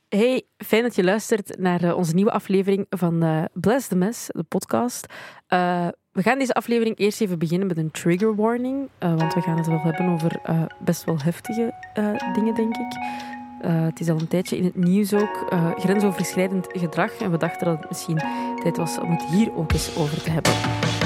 Hey, fijn dat je luistert naar onze nieuwe aflevering van Bless the Mess, de podcast. We gaan deze aflevering eerst even beginnen met een trigger warning, want we gaan het wel hebben over best wel heftige dingen, denk ik. Het is al een tijdje in het nieuws ook, grensoverschrijdend gedrag. En we dachten dat het misschien tijd was om het hier ook eens over te hebben.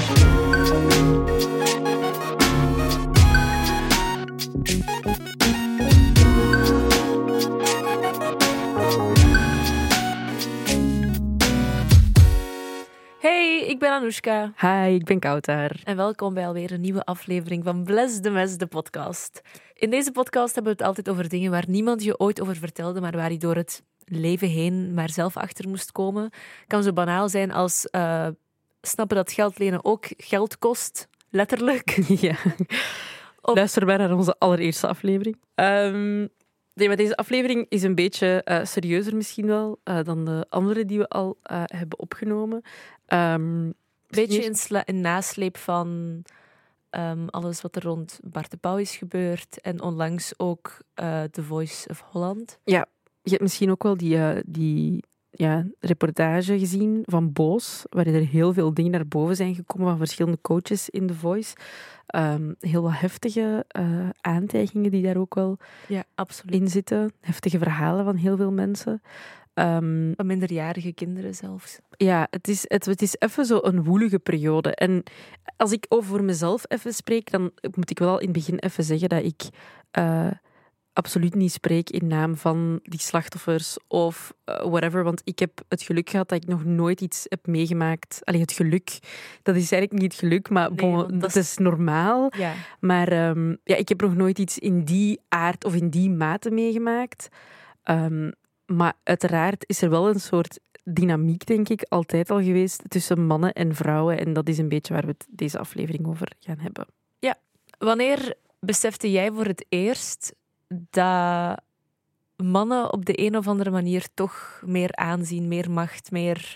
Hey, ik ben Anoushka. Hi, ik ben Kouter. En welkom bij alweer een nieuwe aflevering van Bless the Mess, de podcast. In deze podcast hebben we het altijd over dingen waar niemand je ooit over vertelde, maar waar je door het leven heen maar zelf achter moest komen. Het kan zo banaal zijn als snappen dat geld lenen ook geld kost, letterlijk. Ja. Luister maar naar onze allereerste aflevering. Nee, maar deze aflevering is een beetje serieuzer misschien wel dan de andere die we al hebben opgenomen. Een beetje in nasleep van alles wat er rond Bart de Pauw is gebeurd. En onlangs ook The Voice of Holland. Ja, je hebt misschien ook wel die reportage gezien van Boos, waarin er heel veel dingen naar boven zijn gekomen van verschillende coaches in The Voice. Heel wat heftige aantijgingen die daar ook wel in zitten. Heftige verhalen van heel veel mensen. Van minderjarige kinderen zelfs. Ja, het is even zo een woelige periode. En als ik over mezelf even spreek, dan moet ik wel in het begin even zeggen dat ik absoluut niet spreek in naam van die slachtoffers of whatever. Want ik heb het geluk gehad dat ik nog nooit iets heb meegemaakt. Allee, het geluk, dat is eigenlijk niet het geluk, maar dat is normaal. Ja. Maar ik heb nog nooit iets in die aard of in die mate meegemaakt. Maar uiteraard is er wel een soort dynamiek, denk ik, altijd al geweest tussen mannen en vrouwen. En dat is een beetje waar we het deze aflevering over gaan hebben. Ja. Wanneer besefte jij voor het eerst dat mannen op de een of andere manier toch meer aanzien, meer macht, meer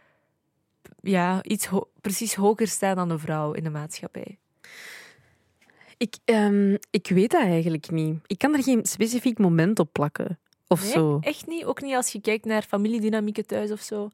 iets precies hoger staan dan een vrouw in de maatschappij? Ik weet dat eigenlijk niet. Ik kan er geen specifiek moment op plakken. Of nee, zo. Echt niet? Ook niet als je kijkt naar familiedynamieken thuis of zo?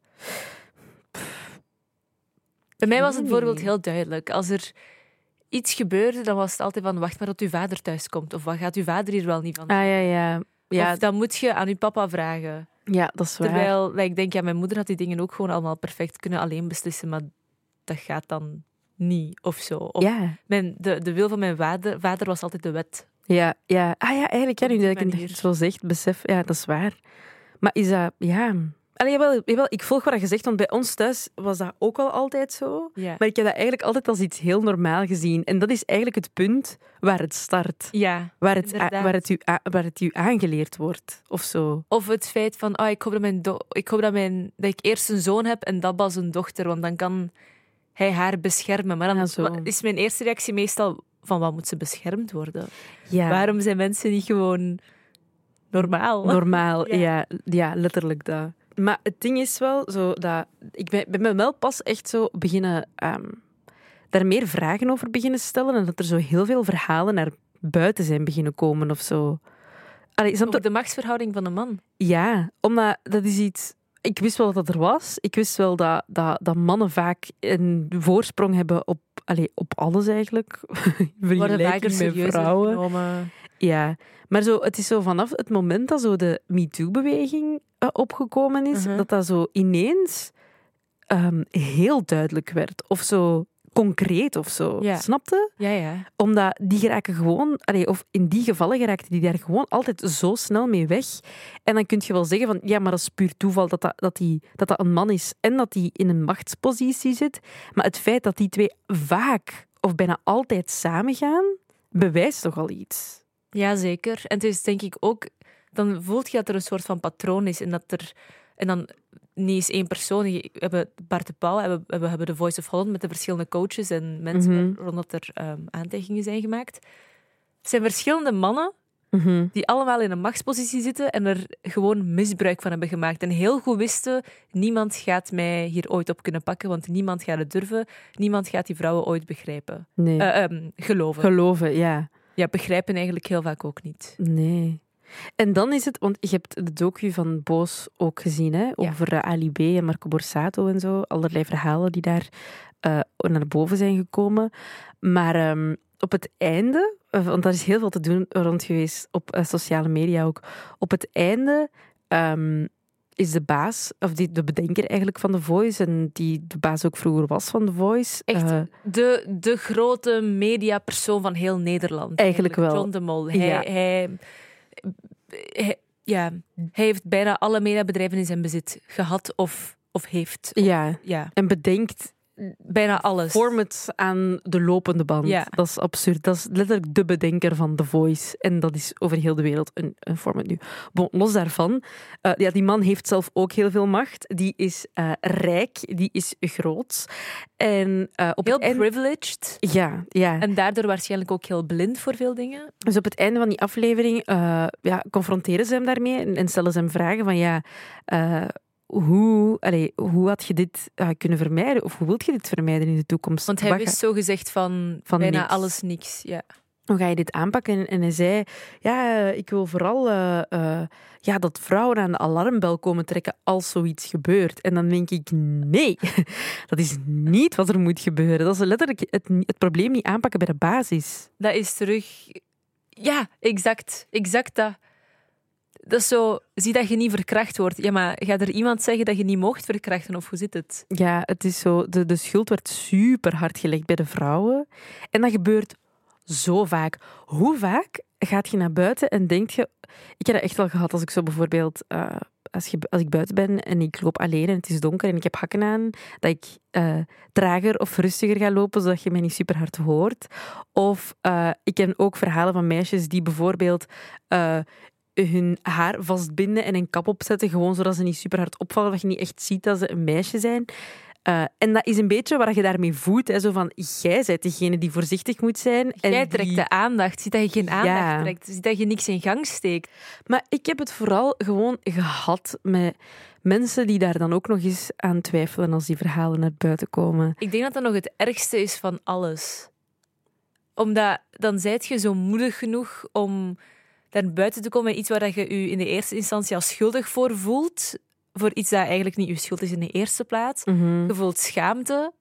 Bij mij was het bijvoorbeeld heel duidelijk. Als er iets gebeurde, dan was het altijd van wacht maar tot uw vader thuis komt. Of wat gaat uw vader hier wel niet van? Ja. Of dan moet je aan uw papa vragen. Ja, dat is waar. Terwijl, ik denk, mijn moeder had die dingen ook gewoon allemaal perfect kunnen alleen beslissen, maar dat gaat dan niet, of zo. Of de wil van mijn vader was altijd de wet. Ja. Eigenlijk, nu dat ik het zo zeg, besef, ja, dat is waar. Maar is dat, Allee, jawel, ik volg wat je zegt, want bij ons thuis was dat ook al altijd zo. Ja. Maar ik heb dat eigenlijk altijd als iets heel normaal gezien. En dat is eigenlijk het punt waar het start. Ja, waar het u aangeleerd wordt, of zo. Of het feit van, ik hoop dat ik eerst een zoon heb en dat pas een dochter, want dan kan hij haar beschermen. Maar dan is mijn eerste reactie meestal van, wat moet ze beschermd worden? Ja. Waarom zijn mensen niet gewoon normaal? Normaal, ja, letterlijk dat. Maar het ding is wel zo dat ik ben wel pas echt zo beginnen daar meer vragen over beginnen stellen en dat er zo heel veel verhalen naar buiten zijn beginnen komen of zo. Over de machtsverhouding van een man. Ja, omdat dat is iets. Ik wist wel dat er was. Ik wist wel dat mannen vaak een voorsprong hebben op alles eigenlijk. Vergelijking met vrouwen. Genomen. Ja, maar het is zo vanaf het moment dat zo de MeToo-beweging opgekomen is, dat zo ineens heel duidelijk werd. Of zo concreet of zo. Ja. Snapte? Ja. Omdat die geraken gewoon, of in die gevallen geraakten die daar gewoon altijd zo snel mee weg. En dan kun je wel zeggen van, ja, maar dat is puur toeval dat een man is en dat hij in een machtspositie zit. Maar het feit dat die twee vaak of bijna altijd samengaan, bewijst toch al iets. Ja, zeker. En het is denk ik ook, dan voelt je dat er een soort van patroon is en dan niet eens één persoon. We hebben Bart de Pauw, we hebben The Voice of Holland met de verschillende coaches en mensen rond dat er aantijgingen zijn gemaakt. Het zijn verschillende mannen die allemaal in een machtspositie zitten en er gewoon misbruik van hebben gemaakt. En heel goed wisten, niemand gaat mij hier ooit op kunnen pakken, want niemand gaat het durven. Niemand gaat die vrouwen ooit begrijpen. Nee. Geloven. Geloven, ja. Ja, begrijpen eigenlijk heel vaak ook niet. Nee. En dan is het, want je hebt de docu van Boos ook gezien, hè? Over Ali B en Marco Borsato en zo. Allerlei verhalen die daar naar boven zijn gekomen. Maar op het einde, want daar is heel veel te doen rond geweest op sociale media ook. Op het einde is de baas, of de bedenker eigenlijk van The Voice, en die de baas ook vroeger was van The Voice. Echt de grote mediapersoon van heel Nederland. Eigenlijk wel. John de Mol. Hij heeft bijna alle mediabedrijven in zijn bezit gehad of heeft. Ja, en bedenkt bijna alles. Formats aan de lopende band. Ja. Dat is absurd. Dat is letterlijk de bedenker van The Voice. En dat is over heel de wereld een format nu. Bon, los daarvan, die man heeft zelf ook heel veel macht. Die is rijk, die is groot. En, heel privileged. Ja. En daardoor waarschijnlijk ook heel blind voor veel dingen. Dus op het einde van die aflevering confronteren ze hem daarmee en stellen ze hem vragen van hoe had je dit kunnen vermijden? Of hoe wilt je dit vermijden in de toekomst? Want hij wist zo gezegd van bijna niks. Alles niks. Ja. Hoe ga je dit aanpakken? En hij zei, ik wil vooral dat vrouwen aan de alarmbel komen trekken als zoiets gebeurt. En dan denk ik, nee, dat is niet wat er moet gebeuren. Dat is letterlijk het probleem niet aanpakken bij de basis. Dat is terug... Ja, exact dat. Dat is zo, zie dat je niet verkracht wordt. Ja, maar gaat er iemand zeggen dat je niet mocht verkrachten? Of hoe zit het? Ja, het is zo, de schuld werd super hard gelegd bij de vrouwen. En dat gebeurt zo vaak. Hoe vaak gaat je naar buiten en denk je... Ik heb dat echt wel gehad als ik zo bijvoorbeeld... Als ik buiten ben en ik loop alleen en het is donker en ik heb hakken aan, dat ik trager of rustiger ga lopen, zodat je mij niet super hard hoort. Of ik ken ook verhalen van meisjes die bijvoorbeeld... hun haar vastbinden en een kap opzetten, gewoon zodat ze niet super hard opvallen, dat je niet echt ziet dat ze een meisje zijn. En dat is een beetje wat je daarmee voedt. Hè? Zo van, jij bent degene die voorzichtig moet zijn. Jij trekt de aandacht. Ziet dat je geen aandacht trekt. Ziet dat je niks in gang steekt. Maar ik heb het vooral gewoon gehad met mensen die daar dan ook nog eens aan twijfelen als die verhalen naar buiten komen. Ik denk dat dat nog het ergste is van alles. Omdat dan zijt je zo moedig genoeg om naar buiten te komen met iets waar je je in de eerste instantie al schuldig voor voelt. Voor iets dat eigenlijk niet je schuld is in de eerste plaats. Mm-hmm. Je voelt schaamte.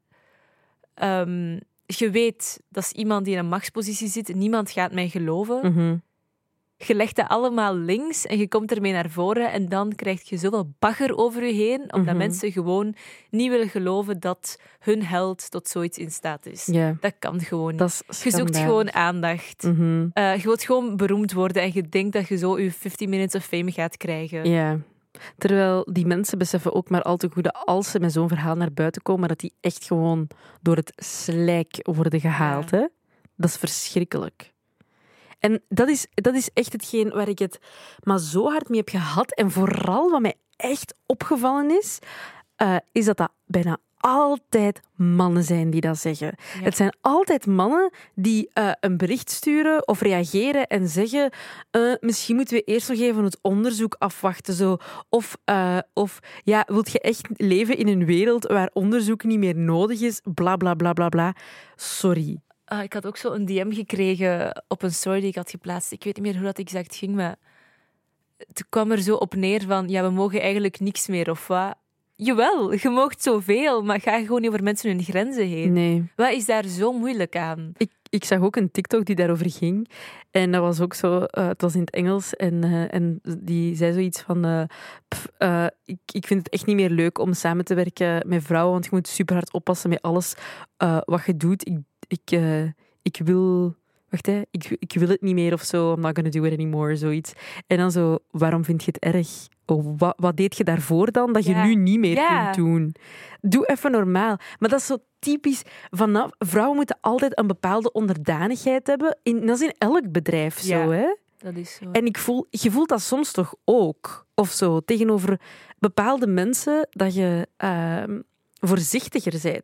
Je weet, dat is iemand die in een machtspositie zit. Niemand gaat mij geloven. Mm-hmm. Je legt dat allemaal links en je komt ermee naar voren. En dan krijg je zoveel bagger over je heen. Omdat mensen gewoon niet willen geloven dat hun held tot zoiets in staat is. Yeah. Dat kan gewoon niet. Dat is je zoekt gewoon aandacht. Mm-hmm. Je wilt gewoon beroemd worden. En je denkt dat je zo je 15 minutes of fame gaat krijgen. Ja. Terwijl die mensen beseffen ook maar al te goed dat als ze met zo'n verhaal naar buiten komen, dat die echt gewoon door het slijk worden gehaald. Hè? Dat is verschrikkelijk. En dat is echt hetgeen waar ik het maar zo hard mee heb gehad. En vooral wat mij echt opgevallen is dat bijna altijd mannen zijn die dat zeggen. Ja. Het zijn altijd mannen die een bericht sturen of reageren en zeggen misschien moeten we eerst nog even het onderzoek afwachten. Zo. Of wilt je echt leven in een wereld waar onderzoek niet meer nodig is? Bla, bla, bla, bla, bla. Sorry. Ik had ook zo een DM gekregen op een story die ik had geplaatst. Ik weet niet meer hoe dat exact ging, maar het kwam er zo op neer van we mogen eigenlijk niks meer, of wat? Jawel, je moogt zoveel, maar ga gewoon niet over mensen hun grenzen heen. Nee. Wat is daar zo moeilijk aan? Ik zag ook een TikTok die daarover ging. En dat was ook zo... het was in het Engels. En die zei zoiets van... ik vind het echt niet meer leuk om samen te werken met vrouwen, want je moet super hard oppassen met alles wat je doet. Ik wil... Wacht, hè. Ik wil het niet meer of zo. I'm not gonna do it anymore, zoiets. En dan zo... Waarom vind je het erg? Oh, wat deed je daarvoor dan, dat je nu niet meer kunt doen? Doe even normaal. Maar dat is zo typisch. Vrouwen moeten altijd een bepaalde onderdanigheid hebben. Dat is in elk bedrijf zo, hè? Dat is zo. En je voelt dat soms toch ook. Of zo, tegenover bepaalde mensen, dat je voorzichtiger bent.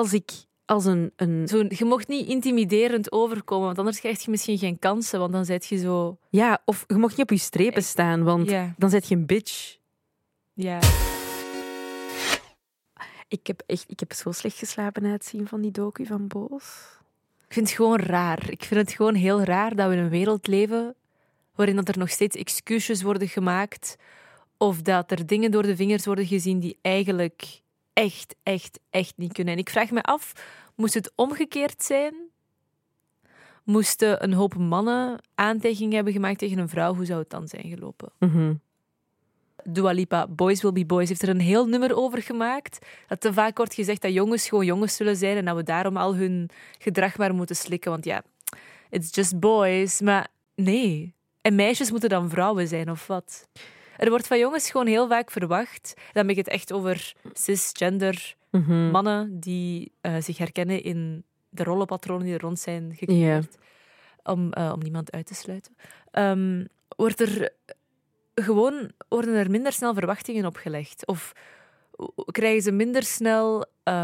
Je mocht niet intimiderend overkomen, want anders krijg je misschien geen kansen, want dan zit je zo... Ja, of je mocht niet op je strepen staan, want dan zit je een bitch. Ja. Ik heb zo slecht geslapen na het zien van die docu van Boos. Ik vind het gewoon raar. Ik vind het gewoon heel raar dat we in een wereld leven waarin dat er nog steeds excuses worden gemaakt of dat er dingen door de vingers worden gezien die eigenlijk echt, echt, echt niet kunnen. En ik vraag me af, moest het omgekeerd zijn? Moesten een hoop mannen aantijgingen hebben gemaakt tegen een vrouw, hoe zou het dan zijn gelopen? Dua Lipa, Boys Will Be Boys, heeft er een heel nummer over gemaakt. Dat te vaak wordt gezegd dat jongens gewoon jongens zullen zijn en dat we daarom al hun gedrag maar moeten slikken. Want ja, it's just boys. Maar nee. En meisjes moeten dan vrouwen zijn, of wat? Er wordt van jongens gewoon heel vaak verwacht. Dan heb ik het echt over cisgender mannen die zich herkennen in de rollenpatronen die er rond zijn gecreëerd. Om niemand uit te sluiten. Worden er minder snel verwachtingen opgelegd? Of krijgen ze minder snel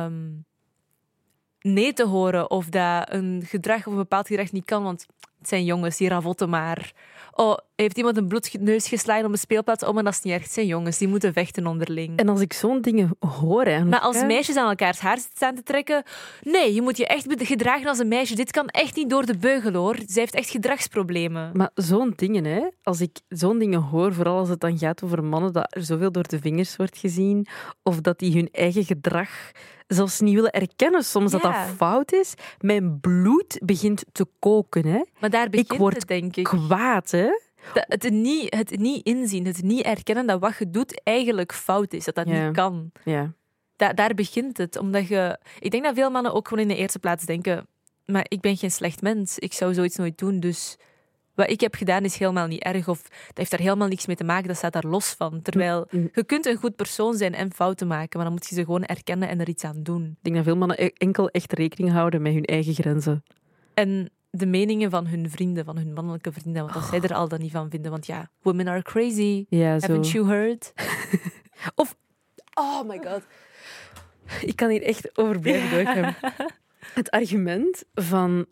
nee te horen of dat een gedrag of een bepaald gedrag niet kan, want het zijn jongens, die ravotten maar. Oh, heeft iemand een bloedneus geslagen op een speelplaats? Oh, maar dat is niet erg. Het zijn jongens, die moeten vechten onderling. En als ik zo'n dingen hoor... Maar als meisjes aan elkaars haar staan te trekken... Nee, je moet je echt gedragen als een meisje. Dit kan echt niet door de beugel, hoor. Zij heeft echt gedragsproblemen. Maar zo'n dingen, hè. Als ik zo'n dingen hoor, vooral als het dan gaat over mannen, dat er zoveel door de vingers wordt gezien, of dat die hun eigen gedrag zelfs niet willen erkennen soms, dat dat fout is. Mijn bloed begint te koken, hè. Maar daar begint ik word het, denk ik. kwaad, hè. Het niet inzien, het niet erkennen dat wat je doet eigenlijk fout is. Dat niet kan. Ja. Daar begint het. Omdat ik denk dat veel mannen ook gewoon in de eerste plaats denken, maar ik ben geen slecht mens. Ik zou zoiets nooit doen. Dus wat ik heb gedaan is helemaal niet erg. Of dat heeft daar helemaal niks mee te maken. Dat staat daar los van. Terwijl je kunt een goed persoon zijn en fouten maken. Maar dan moet je ze gewoon erkennen en er iets aan doen. Ik denk dat veel mannen enkel echt rekening houden met hun eigen grenzen. En de meningen van hun vrienden, van hun mannelijke vrienden, want als zij er al dan niet van vinden, want ja, women are crazy. Ja, haven't you heard? Of, oh my god, ik kan hier echt over blijven doorgaan. Het argument van,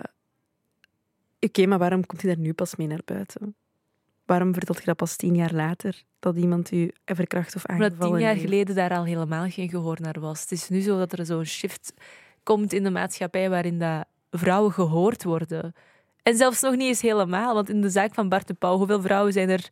oké, maar waarom komt je daar nu pas mee naar buiten? Waarom vertelt je dat pas 10 jaar later, dat iemand u verkracht of aangevallen heeft? Omdat 10 jaar geleden daar al helemaal geen gehoor naar was. Het is nu zo dat er zo'n shift komt in de maatschappij waarin dat vrouwen gehoord worden. En zelfs nog niet eens helemaal, want in de zaak van Bart de Pauw, hoeveel vrouwen zijn er...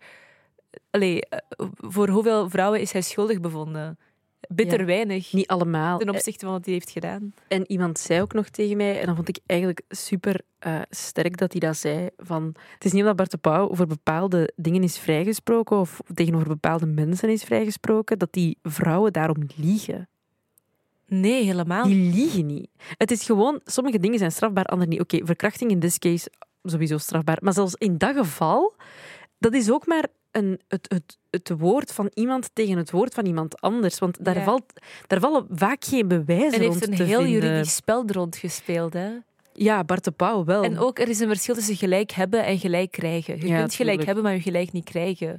voor hoeveel vrouwen is hij schuldig bevonden? Bitter weinig. Niet allemaal. Ten opzichte van wat hij heeft gedaan. En iemand zei ook nog tegen mij, en dat vond ik eigenlijk super sterk dat hij dat zei, van, het is niet omdat Bart de Pauw over bepaalde dingen is vrijgesproken of tegenover bepaalde mensen is vrijgesproken, dat die vrouwen daarom liegen. Nee, helemaal. Die liegen niet. Het is gewoon, sommige dingen zijn strafbaar, andere niet. Oké, verkrachting in this case, sowieso strafbaar. Maar zelfs in dat geval, dat is ook maar het woord van iemand tegen het woord van iemand anders. Want daar vallen vaak geen bewijzen rond te vinden. En heeft een heel juridisch spel er rond gespeeld, hè? Ja, Bart de Pauw wel. En ook, er is een verschil tussen gelijk hebben en gelijk krijgen. Je kunt gelijk hebben, maar je gelijk niet krijgen.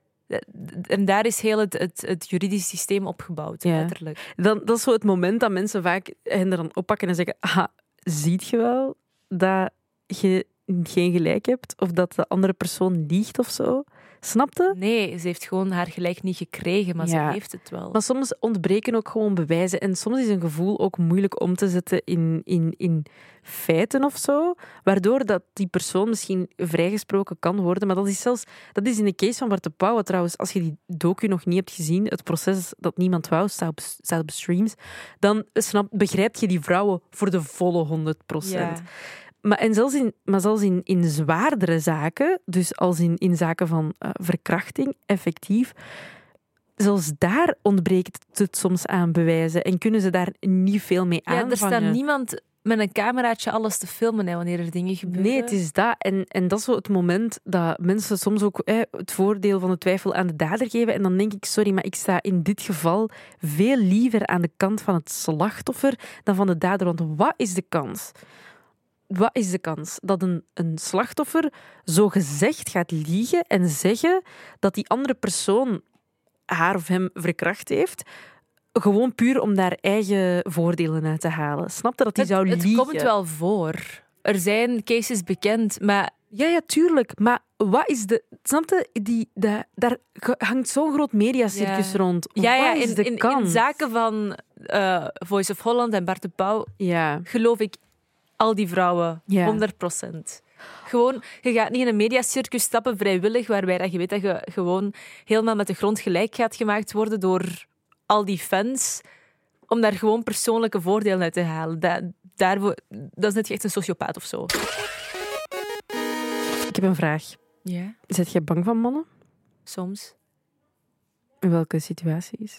En daar is heel het juridisch systeem opgebouwd, letterlijk. Dat is zo het moment dat mensen vaak hen er dan oppakken en zeggen, ziet je wel dat je geen gelijk hebt? Of dat de andere persoon liegt of zo? Snapte? Nee, ze heeft gewoon haar gelijk niet gekregen, maar ze heeft het wel. Maar soms ontbreken ook gewoon bewijzen. En soms is een gevoel ook moeilijk om te zetten in feiten of zo. Waardoor dat die persoon misschien vrijgesproken kan worden. Maar dat is in de case van Bart de Pauw trouwens. Als je die docu nog niet hebt gezien, het proces dat niemand wou, staat op streams, dan begrijp je die vrouwen voor de volle 100%. Ja. Maar zelfs in zwaardere zaken, dus als in zaken van verkrachting, effectief, zelfs daar ontbreekt het soms aan bewijzen en kunnen ze daar niet veel mee aanvangen. Er staat niemand met een cameraatje alles te filmen wanneer er dingen gebeuren. Nee, het is dat. En dat is zo het moment dat mensen soms ook het voordeel van de twijfel aan de dader geven. En dan denk ik, sorry, maar ik sta in dit geval veel liever aan de kant van het slachtoffer dan van de dader. Want wat is de kans? Wat is de kans dat een slachtoffer zogezegd gaat liegen en zeggen dat die andere persoon haar of hem verkracht heeft, gewoon puur om daar eigen voordelen uit te halen? Snap je dat hij zou liegen? Het komt wel voor. Er zijn cases bekend, maar... Ja, tuurlijk. Maar wat is de... Snap je? Daar hangt zo'n groot mediacircus rond. Wat is de kans? In zaken van Voice of Holland en Bart de Pauw geloof ik al die vrouwen, 100%. Gewoon, je gaat niet in een mediacircus stappen vrijwillig, waarbij dat je weet dat je gewoon helemaal met de grond gelijk gaat gemaakt worden door al die fans, om daar gewoon persoonlijke voordelen uit te halen. Dat is net echt een sociopaat of zo. Ik heb een vraag. Ja? Zet jij bang van mannen? Soms. In welke situaties?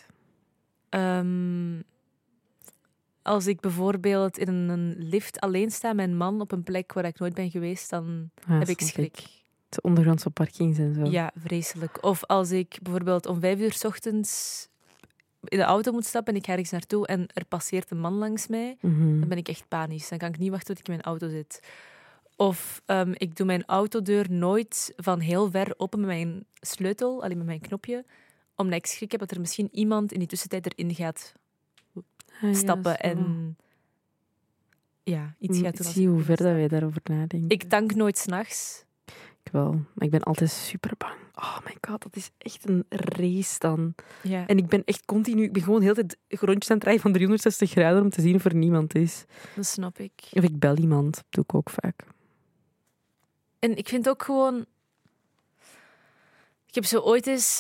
Als ik bijvoorbeeld in een lift alleen sta met een man op een plek waar ik nooit ben geweest, dan heb ik schrik. De ondergrondse parkings en zo. Ja, vreselijk. Of als ik bijvoorbeeld om 5 uur 's ochtends in de auto moet stappen en ik ga ergens naartoe en er passeert een man langs mij, dan ben ik echt panisch. Dan kan ik niet wachten tot ik in mijn auto zit. Of ik doe mijn autodeur nooit van heel ver open met mijn sleutel, alleen met mijn knopje, omdat ik schrik heb dat er misschien iemand in die tussentijd erin gaat stappen en iets gaat doen. Zie hoe ver dat wij daarover nadenken. Ik tank nooit 's nachts. Ik wel, maar ik ben altijd super bang. Oh my god, dat is echt een race dan. Ja. En ik ben echt continu, ik ben gewoon de hele tijd rondjes aan het draaien van 360 graden om te zien of er niemand is. Dat snap ik. Of ik bel iemand, dat doe ik ook vaak. En ik vind ook gewoon... Ik heb zo ooit eens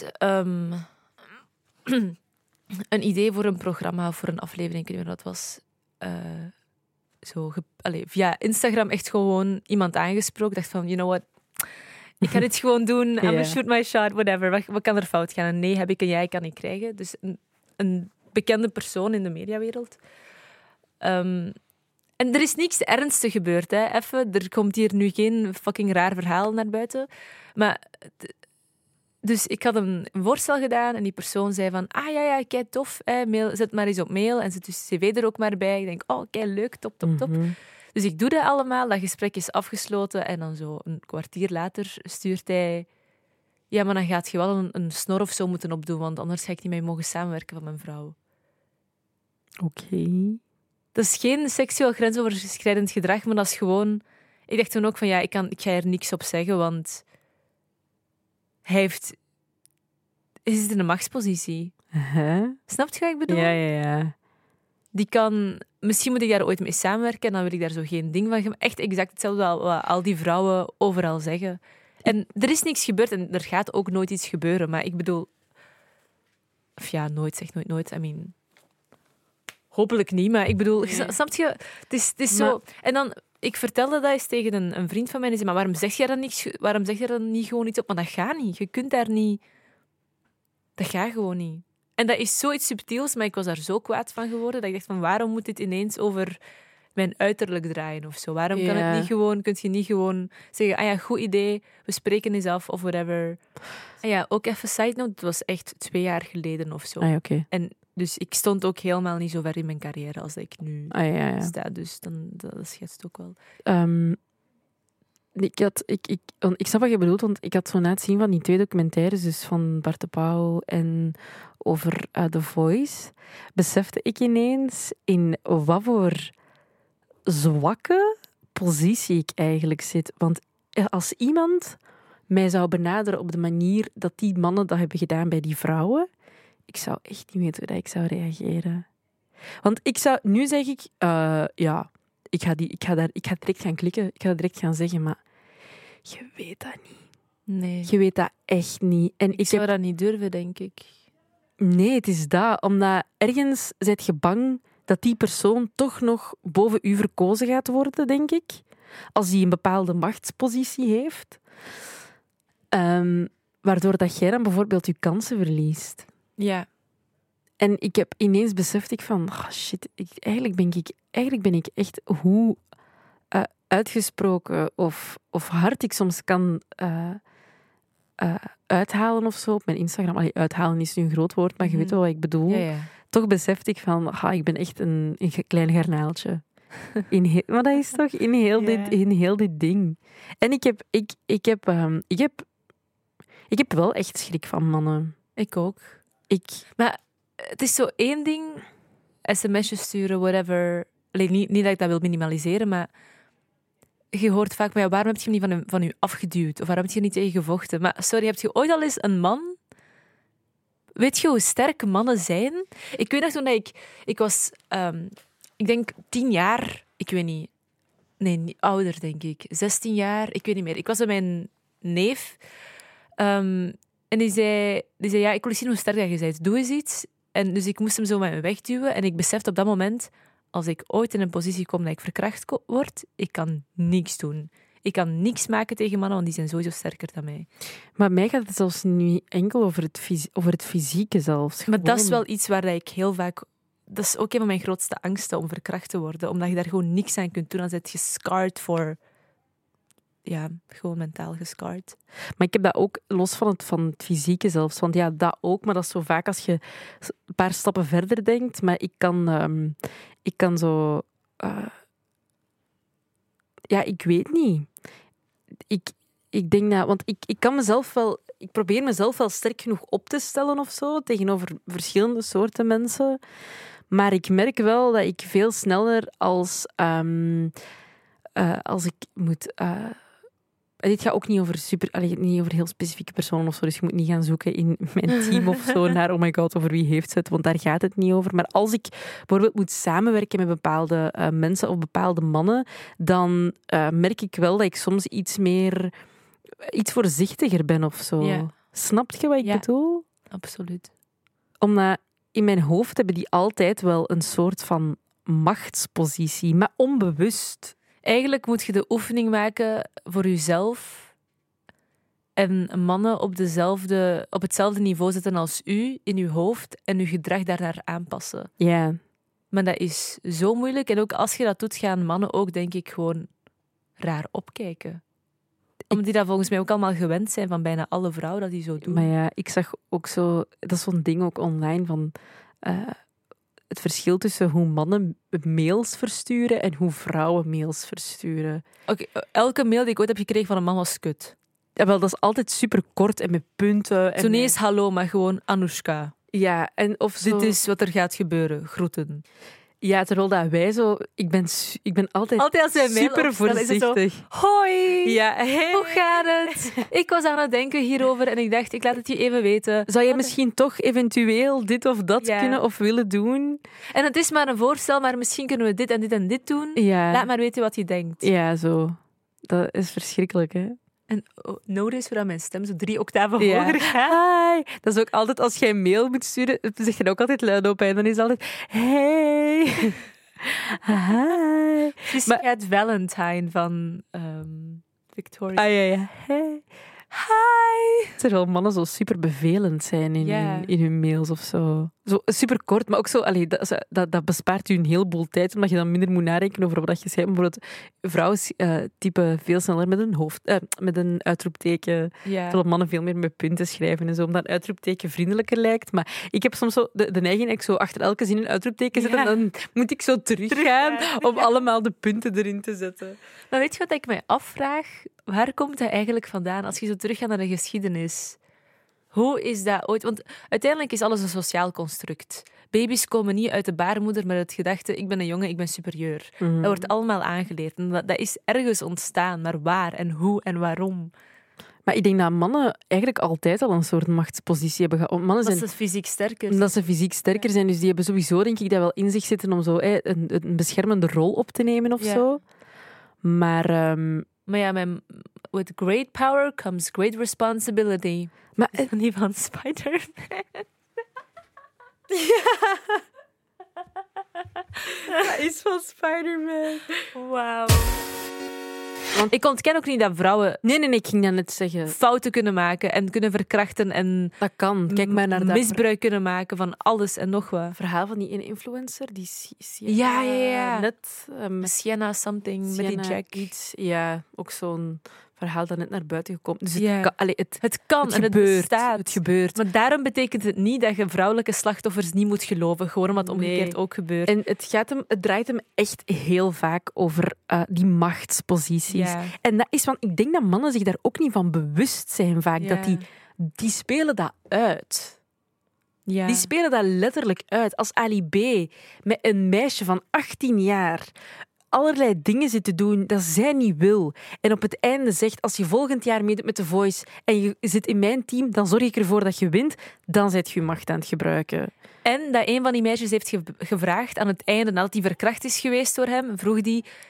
een idee voor een programma of voor een aflevering, ik weet niet meer wat dat was. Via Instagram echt gewoon iemand aangesproken. Ik dacht van, you know what, ik ga dit gewoon doen. I'm gonna shoot my shot, whatever. Wat kan er fout gaan? Een nee heb ik, een jij kan ik krijgen. Dus een bekende persoon in de mediawereld. En er is niks ernstigs gebeurd. Hè. Even, er komt hier nu geen fucking raar verhaal naar buiten. Maar... Dus ik had een voorstel gedaan en die persoon zei van ja, kei tof, mail, zet maar eens op mail en zet dus cv er ook maar bij. Ik denk, kei leuk, top. Dus ik doe dat allemaal, dat gesprek is afgesloten en dan zo een kwartier later stuurt hij... Ja, maar dan gaat je wel een snor of zo moeten opdoen, want anders ga ik niet mee mogen samenwerken van mijn vrouw. Oké. Dat is geen seksueel grensoverschrijdend gedrag, maar dat is gewoon... Ik dacht toen ook van, ik ga er niks op zeggen, want... Hij zit in een machtspositie. Snap je wat ik bedoel? Ja. Die kan... Misschien moet ik daar ooit mee samenwerken en dan wil ik daar zo geen ding van geven. Echt exact hetzelfde wat al die vrouwen overal zeggen. En er is niks gebeurd en er gaat ook nooit iets gebeuren. Maar ik bedoel... Of ja, nooit, zeg nooit. I mean... Hopelijk niet, maar ik bedoel... Nee. Snap je? Het is zo... En dan... Ik vertelde dat eens tegen een vriend van mij en zei, maar waarom zeg je dan niet gewoon iets op? Maar dat gaat niet. Je kunt daar niet... Dat gaat gewoon niet. En dat is zoiets subtiels, maar ik was daar zo kwaad van geworden dat ik dacht van, waarom moet dit ineens over mijn uiterlijk draaien of zo? Waarom kan het niet gewoon... Kun je niet gewoon zeggen, goed idee, we spreken eens af of whatever. En ja, ook even side note, het was echt 2 jaar geleden of zo. Okay. En dus ik stond ook helemaal niet zo ver in mijn carrière als ik nu sta. Dus dat schetst ook wel. Ik snap wat je bedoelt, want ik had zo na het zien van die 2 documentaires, dus van Bart de Pauw en over The Voice, besefte ik ineens in wat voor zwakke positie ik eigenlijk zit. Want als iemand mij zou benaderen op de manier dat die mannen dat hebben gedaan bij die vrouwen, ik zou echt niet weten hoe ik zou reageren. Want nu zeg ik, ik ga direct gaan klikken, ik ga direct gaan zeggen, maar je weet dat niet. Nee. Je weet dat echt niet. En ik zou dat niet durven, denk ik. Nee, het is dat. Omdat ergens zit je bang dat die persoon toch nog boven u verkozen gaat worden, denk ik. Als die een bepaalde machtspositie heeft. Waardoor dat jij dan bijvoorbeeld je kansen verliest. Ja. En ik heb ineens beseft van, shit, eigenlijk ben ik echt hoe uitgesproken of hard ik soms kan uithalen of zo op mijn Instagram. Allee, uithalen is nu een groot woord, maar je weet wel wat ik bedoel. Ja. Toch besefte ik van, ik ben echt een klein garnaaltje. Maar dat is toch in heel dit ding. En ik heb wel echt schrik van mannen. Ik ook. Maar het is zo 1 ding, sms'jes sturen, whatever. Niet dat ik dat wil minimaliseren, maar je hoort vaak, maar waarom heb je hem niet van u afgeduwd? Of waarom heb je er niet tegen gevochten? Maar sorry, heb je ooit al eens een man... Weet je hoe sterk mannen zijn? Ik weet nog toen dat ik was... ik denk 10 jaar, ik weet niet... Nee, niet ouder, denk ik. 16 jaar, ik weet niet meer. Ik was bij mijn neef. En die zei, ja, ik wil zien hoe sterk je bent. Doe eens iets. En dus ik moest hem zo met me wegduwen. En ik besefte op dat moment, als ik ooit in een positie kom dat ik verkracht word, ik kan niks doen. Ik kan niks maken tegen mannen, want die zijn sowieso sterker dan mij. Maar mij gaat het zelfs niet enkel over het fysieke zelfs. Maar dat is Gewoon. wel iets waar ik heel vaak... Dat is ook een van mijn grootste angsten, om verkracht te worden. Omdat je daar gewoon niks aan kunt doen. Dan zit je scarred voor... Ja, gewoon mentaal gescarred. Maar ik heb dat ook los van het fysieke zelfs. Want ja, dat ook. Maar dat is zo vaak als je een paar stappen verder denkt. Maar ik kan zo... ja, ik weet niet. Ik denk dat... Want ik kan mezelf wel... Ik probeer mezelf wel sterk genoeg op te stellen of zo. Tegenover verschillende soorten mensen. Maar ik merk wel dat ik veel sneller als ik moet... dit gaat ook niet over niet over heel specifieke personen of zo, dus je moet niet gaan zoeken in mijn team of zo naar oh my god, over wie heeft ze het, want daar gaat het niet over. Maar als ik bijvoorbeeld moet samenwerken met bepaalde mensen of bepaalde mannen, dan merk ik wel dat ik soms iets voorzichtiger ben of zo. Ja. Snap je wat ik bedoel? Absoluut. Omdat in mijn hoofd hebben die altijd wel een soort van machtspositie, maar onbewust. Eigenlijk moet je de oefening maken voor jezelf en mannen op hetzelfde niveau zetten als u in uw hoofd en uw gedrag daarnaar aanpassen. Ja. Maar dat is zo moeilijk. En ook als je dat doet, gaan mannen ook, denk ik, gewoon raar opkijken. Omdat die dat volgens mij ook allemaal gewend zijn van bijna alle vrouwen dat die zo doen. Maar ja, ik zag ook zo... Dat is zo'n ding ook online van... het verschil tussen hoe mannen mails versturen en hoe vrouwen mails versturen. Oké, elke mail die ik ooit heb gekregen van een man was kut. Ja, wel, dat is altijd super kort en met punten. En zo niet eens hallo, maar gewoon Anoushka. Ja, en of zo... Dit is wat er gaat gebeuren. Groeten. Ja, terwijl dat wij zo... Ik ben altijd als wij mail super opstellen, is het zo, voorzichtig. hoi! Ja, hey. Hoe gaat het? Ik was aan het denken hierover en ik dacht, ik laat het je even weten. Zou je misschien toch eventueel dit of dat kunnen of willen doen? En het is maar een voorstel, maar misschien kunnen we dit en dit en dit doen. Ja. Laat maar weten wat je denkt. Ja, zo. Dat is verschrikkelijk, hè? En notice hoe mijn stem zo 3 octaven hoger gaat. Hi. Dat is ook altijd, als jij een mail moet sturen, zeg je dat ook altijd luid op. En dan is het altijd, hey. Hi. Dus maar het Valentine van Victoria. Ah ja. Hey. Hi. Terwijl mannen zo super bevelend zijn in hun mails of zo. Zo super kort, maar ook zo... Dat bespaart u een heleboel tijd, omdat je dan minder moet nadenken over wat je schrijft. Bijvoorbeeld, vrouwen typen veel sneller met een uitroepteken. Ja. Terwijl mannen veel meer met punten schrijven en zo, omdat een uitroepteken vriendelijker lijkt. Maar ik heb soms zo de neiging dat ik zo achter elke zin een uitroepteken zet en dan moet ik zo teruggaan om allemaal de punten erin te zetten. Maar weet je wat ik mij afvraag? Waar komt dat eigenlijk vandaan als je zo teruggaat naar de geschiedenis? Hoe is dat ooit? Want uiteindelijk is alles een sociaal construct. Baby's komen niet uit de baarmoeder met het gedachte, ik ben een jongen, ik ben superieur. Dat wordt allemaal aangeleerd. En dat is ergens ontstaan, maar waar en hoe en waarom? Maar ik denk dat mannen eigenlijk altijd al een soort machtspositie hebben gehad. Omdat ze fysiek sterker zijn. Omdat ze fysiek sterker zijn. Dus die hebben sowieso, denk ik, dat wel in zich zitten om zo een beschermende rol op te nemen of zo. Maar ja, with great power comes great responsibility. Maar is dat niet van Spider-Man? Dat is van Spider-Man. Wauw. Want ik ontken ook niet dat vrouwen... Nee, ik ging dat net zeggen. Fouten kunnen maken en kunnen verkrachten en... Dat kan. Kijk maar naar misbruik kunnen maken van alles en nog wat. Verhaal van die ene influencer, die Sienna... Ja. Net... Sienna something, Sienna met die Jack. Iets, ja, ook zo'n verhaal dat net naar buiten gekomen. Dus het kan en het bestaat. Het gebeurt. Maar daarom betekent het niet dat je vrouwelijke slachtoffers niet moet geloven. Gewoon omdat het omgekeerd ook gebeurt. En het draait hem echt heel vaak over die machtsposities. Ja. En dat is, want ik denk dat mannen zich daar ook niet van bewust zijn vaak. Ja. Dat die spelen dat uit. Ja. Die spelen dat letterlijk uit. Als Ali B. met een meisje van 18 jaar... allerlei dingen zit te doen dat zij niet wil. En op het einde zegt, als je volgend jaar meedoet met The Voice en je zit in mijn team, dan zorg ik ervoor dat je wint. Dan zet je je macht aan het gebruiken. En dat een van die meisjes heeft gevraagd aan het einde, nadat hij verkracht is geweest door hem, vroeg die,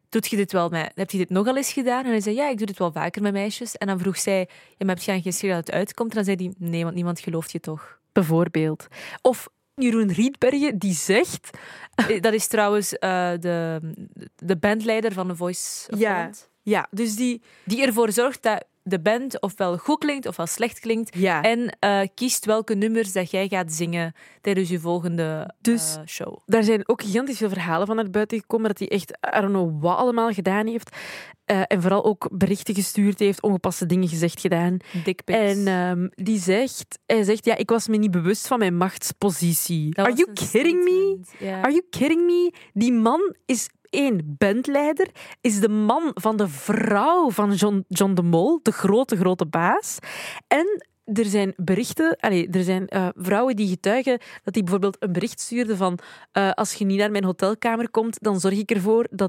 Doet je dit wel met... Heb je dit nogal eens gedaan? En hij zei, ja, ik doe dit wel vaker met meisjes. En dan vroeg zij, ja, maar heb je geen schrik dat het uitkomt? En dan zei hij, nee, want niemand gelooft je toch. Bijvoorbeeld. Of Jeroen Rietbergen, die zegt... Dat is trouwens de bandleider van The Voice of Holland. Ja, dus die ervoor zorgt dat de band ofwel goed klinkt ofwel slecht klinkt. Ja. En kiest welke nummers dat jij gaat zingen tijdens je volgende show. Daar zijn ook gigantisch veel verhalen van naar buiten gekomen dat hij echt, I don't know wat allemaal gedaan heeft. En vooral ook berichten gestuurd heeft, ongepaste dingen gezegd gedaan. Dickpics. En hij zegt, ja, ik was me niet bewust van mijn machtspositie. Are you kidding me? Ja. Are you kidding me? Die man is bandleider, is de man van de vrouw van John de Mol, de grote baas. En er zijn berichten, er zijn vrouwen die getuigen dat hij bijvoorbeeld een bericht stuurde van als je niet naar mijn hotelkamer komt, dan zorg ik ervoor dat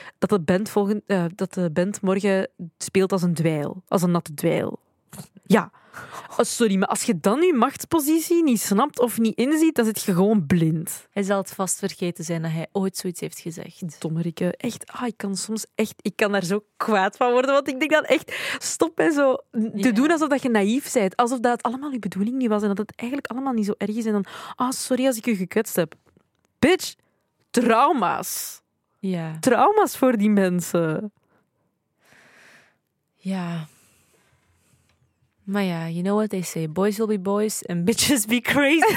de band morgen speelt als een dweil, als een natte dweil. Ja. Oh, sorry, maar als je dan je machtspositie niet snapt of niet inziet, dan zit je gewoon blind. Hij zal het vast vergeten zijn dat hij ooit zoiets heeft gezegd. Dommerike. Echt, ik kan daar zo kwaad van worden, want ik denk dan echt, stop mij zo te doen alsof dat je naïef bent. Alsof dat allemaal je bedoeling niet was en dat het eigenlijk allemaal niet zo erg is. En dan, sorry als ik je gekwetst heb. Bitch, trauma's. Ja. Trauma's voor die mensen. Ja. Maar ja, you know what they say. Boys will be boys and bitches be crazy.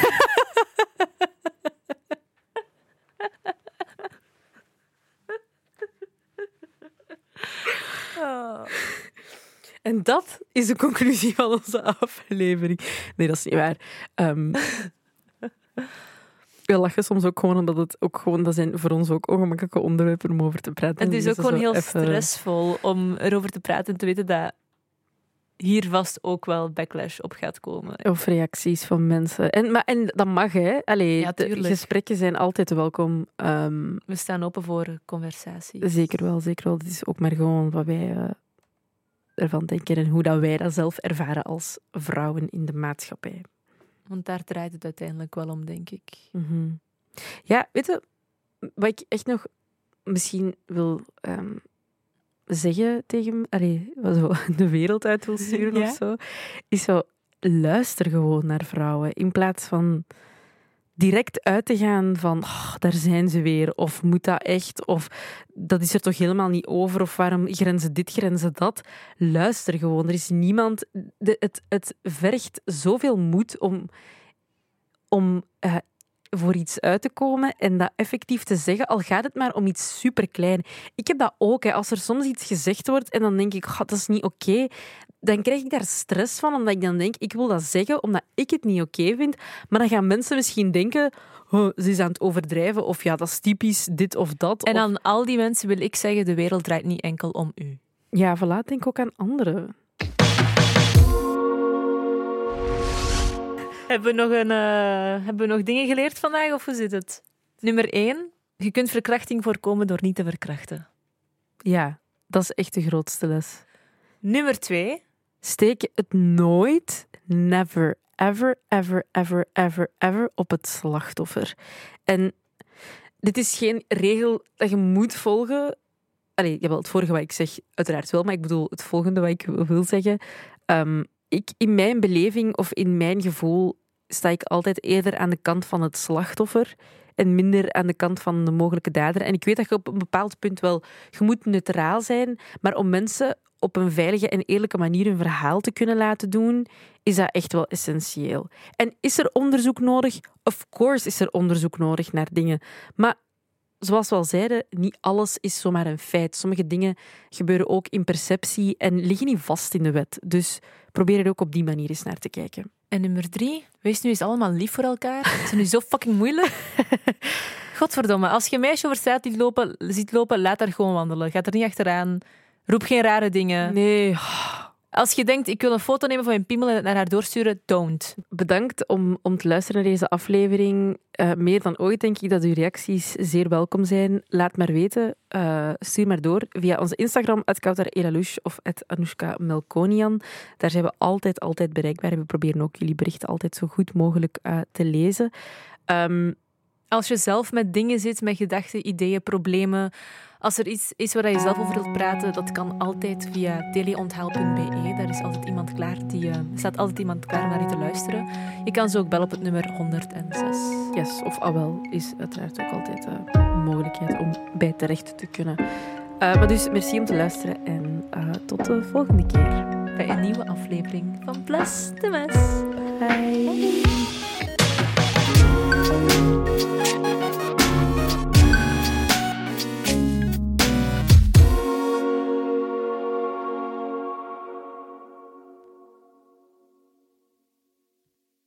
En dat is de conclusie van onze aflevering. Nee, dat is niet waar. We lachen soms ook gewoon omdat het ook gewoon, dat zijn voor ons ook ongemakkelijke onderwerpen om over te praten. Het is ook gewoon heel stressvol om erover te praten en te weten dat hier vast ook wel backlash op gaat komen. Of reacties van mensen. En dat mag, hè. Ja, de gesprekken zijn altijd welkom. We staan open voor conversatie. Zeker wel. Het is ook maar gewoon wat wij ervan denken en hoe dat wij dat zelf ervaren als vrouwen in de maatschappij. Want daar draait het uiteindelijk wel om, denk ik. Mm-hmm. Ja, weet je, wat ik echt nog misschien wil zeggen tegen zo de wereld uit wil sturen of zo, is zo, luister gewoon naar vrouwen. In plaats van direct uit te gaan van, daar zijn ze weer, of moet dat echt, of dat is er toch helemaal niet over, of waarom grenzen dit, grenzen dat. Luister gewoon. Er is niemand... Het vergt zoveel moed om voor iets uit te komen en dat effectief te zeggen, al gaat het maar om iets superklein. Ik heb dat ook. Als er soms iets gezegd wordt en dan denk ik, dat is niet oké, dan krijg ik daar stress van, omdat ik dan denk, ik wil dat zeggen omdat ik het niet oké vind. Maar dan gaan mensen misschien denken, ze is aan het overdrijven, of ja, dat is typisch dit of dat. En aan al die mensen wil ik zeggen, de wereld draait niet enkel om u. Ja, voilà, denk ook aan anderen. Hebben we nog dingen geleerd vandaag, of hoe zit het? Nummer 1. Je kunt verkrachting voorkomen door niet te verkrachten. Ja, dat is echt de grootste les. Nummer 2. Steek het nooit, never, ever, ever, ever, ever, ever op het slachtoffer. En dit is geen regel dat je moet volgen. Jawel, het vorige wat ik zeg, uiteraard wel, maar ik bedoel het volgende wat ik wil zeggen. In mijn beleving of in mijn gevoel sta ik altijd eerder aan de kant van het slachtoffer en minder aan de kant van de mogelijke dader. En ik weet dat je op een bepaald punt wel... Je moet neutraal zijn, maar om mensen op een veilige en eerlijke manier een verhaal te kunnen laten doen, is dat echt wel essentieel. En is er onderzoek nodig? Of course is er onderzoek nodig naar dingen. Maar zoals we al zeiden, niet alles is zomaar een feit. Sommige dingen gebeuren ook in perceptie en liggen niet vast in de wet. Dus probeer er ook op die manier eens naar te kijken. En nummer 3, wees nu eens allemaal lief voor elkaar. Het is nu zo fucking moeilijk. Godverdomme, als je een meisje over straat ziet lopen, laat haar gewoon wandelen. Ga er niet achteraan. Roep geen rare dingen. Nee. Als je denkt, ik wil een foto nemen van mijn piemel en het naar haar doorsturen, don't. Bedankt om te luisteren naar deze aflevering. Meer dan ooit denk ik dat uw reacties zeer welkom zijn. Laat maar weten. Stuur maar door via onze Instagram, @KoutarElalouche of @Anoushka Melkonian. Daar zijn we altijd bereikbaar. We proberen ook jullie berichten altijd zo goed mogelijk te lezen. Als je zelf met dingen zit, met gedachten, ideeën, problemen, Als er iets is waar je zelf over wilt praten, dat kan altijd via teleonthaal.be. Daar is altijd iemand klaar staat altijd iemand klaar om naar je te luisteren. Je kan ze ook bellen op het nummer 106. Yes, of AWEL is uiteraard ook altijd een mogelijkheid om bij terecht te kunnen. Maar dus, merci om te luisteren en tot de volgende keer. Bij een nieuwe aflevering van Bless the Mess. Bye.